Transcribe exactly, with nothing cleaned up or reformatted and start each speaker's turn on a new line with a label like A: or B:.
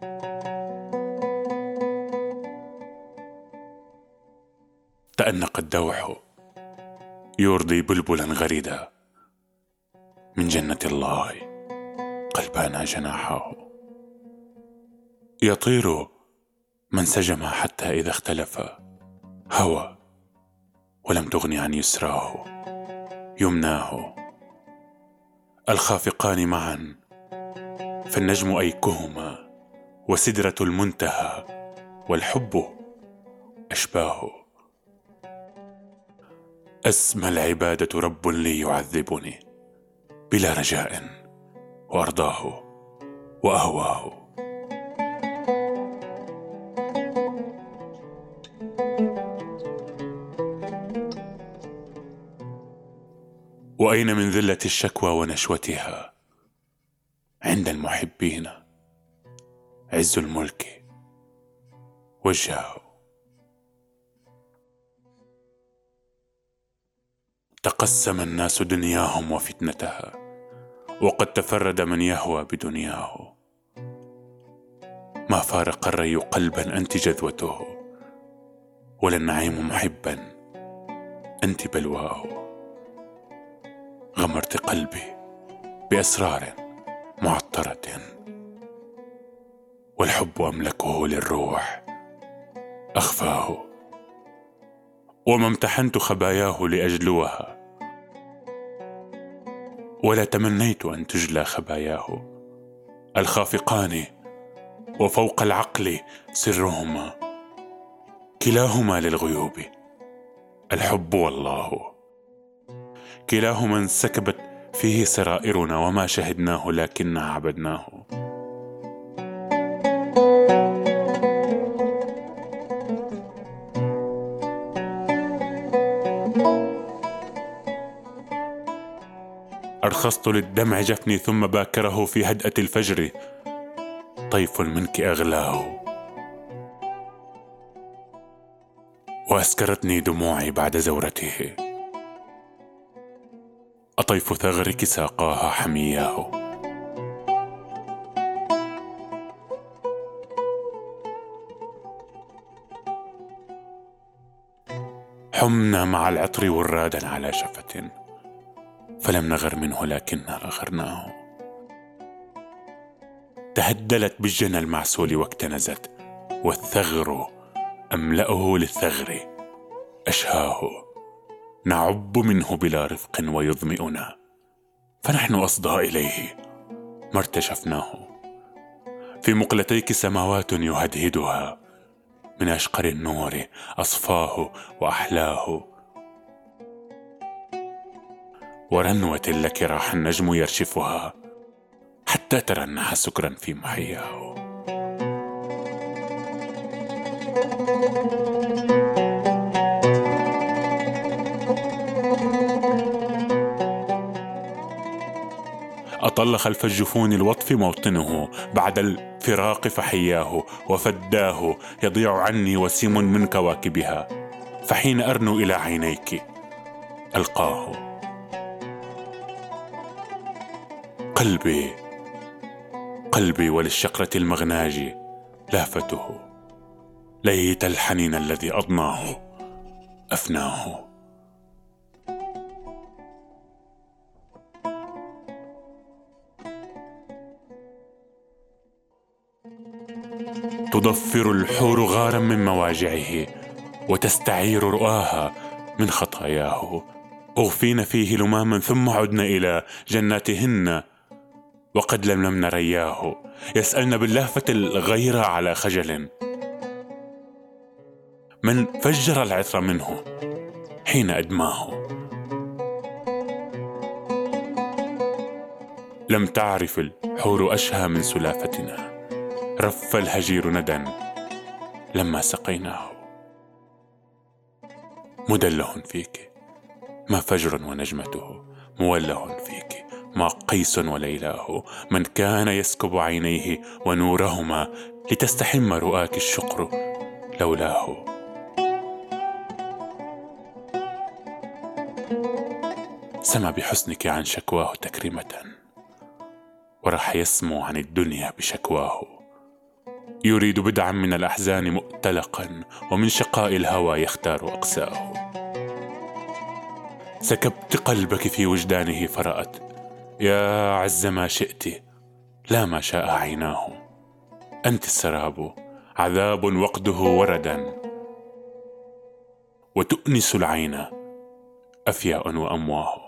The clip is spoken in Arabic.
A: تأنق الدوح يرضي بلبلا غريدا، من جنة الله قلبانا جناحاه. يطير من سجم حتى إذا اختلف، هوى ولم تغن عن يسراه يمناه. الخافقان معا فالنجم أيكهما، وسدرة المنتهى والحب أشباه. أسمى العبادة رب لي يعذبني بلا رجاء، وأرضاه وأهواه. وأين من ذلة الشكوى ونشوتها عند المحبين عز الملك وجهه. تقسم الناس دنياهم وفتنتها، وقد تفرد من يهوى بدنياه. ما فارق الري قلبا أنت جذوته، ولا النعيم محبا أنت بلواه. غمرت قلبي بأسرار معطرة، والحب أملكه للروح أخفاه. وما امتحنت خباياه لأجلوها، ولا تمنيت أن تجلى خباياه. الخافقان وفوق العقل سرهما، كلاهما للغيوب الحب والله. كلاهما انسكبت فيه سرائرنا، وما شهدناه لكننا عبدناه. أرخصت للدمع جفني ثم باكره في هدأة الفجر، طيف منك أغلاه. وأسكرتني دموعي بعد زورته، أطيف ثغرك ساقاها حمياه. حمنا مع العطر ورادا على شفة، فلم نغر منه لكننا أغرناه. تهدلت بالجنى المعسول واكتنزت، والثغر أملأه للثغر أشهاه. نعب منه بلا رفق ويظمئنا، فنحن أصدى إليه ما ارتجفناه. في مقلتيك سماوات يهدهدها، من أشقر النور أصفاه وأحلاه. ورنوة لك راح النجم يرشفها، حتى ترنح سكرا في محياه. أطل خلف الجفون الوطف موطنه، بعد الفراق فحياه وفداه. يضيع عني وسيم من كواكبها، فحين أرنو إلى عينيك ألقاه. قلبي قلبي وللشقرة المغناج لافته، ليت الحنين الذي أضناه أفناه. تضفر الحور غارا من مواجعه، وتستعير رؤاها من خطاياه. أغفين فيه لماما ثم عدن إلى جناتهن، وقد لملمن رياه. يسألن باللهفة الغيرة على خجل، من فجر العطر منه حين أدماه. لم تعرف الحور أشهى من سلافتنا، رف الهجير ندى لما سقيناه. مدله فيك ما فجر ونجمته، موله فيك ما قيس وليلاه. من كان يسكب عينيه ونورهما، لتستحم رؤاك الشقر لولاه. سمع بحسنك عن شكواه تكريمة، وراح يسمو عن الدنيا بشكواه. يريد بدعا من الأحزان مؤتلقا، ومن شقاء الهوى يختار أقساه. سكبت قلبك في وجدانه فرأت، يا عز ما شئت لا ما شاء عيناه. أنت السراب عذاب وقده وردا، وتؤنس العين أفياء وأمواه.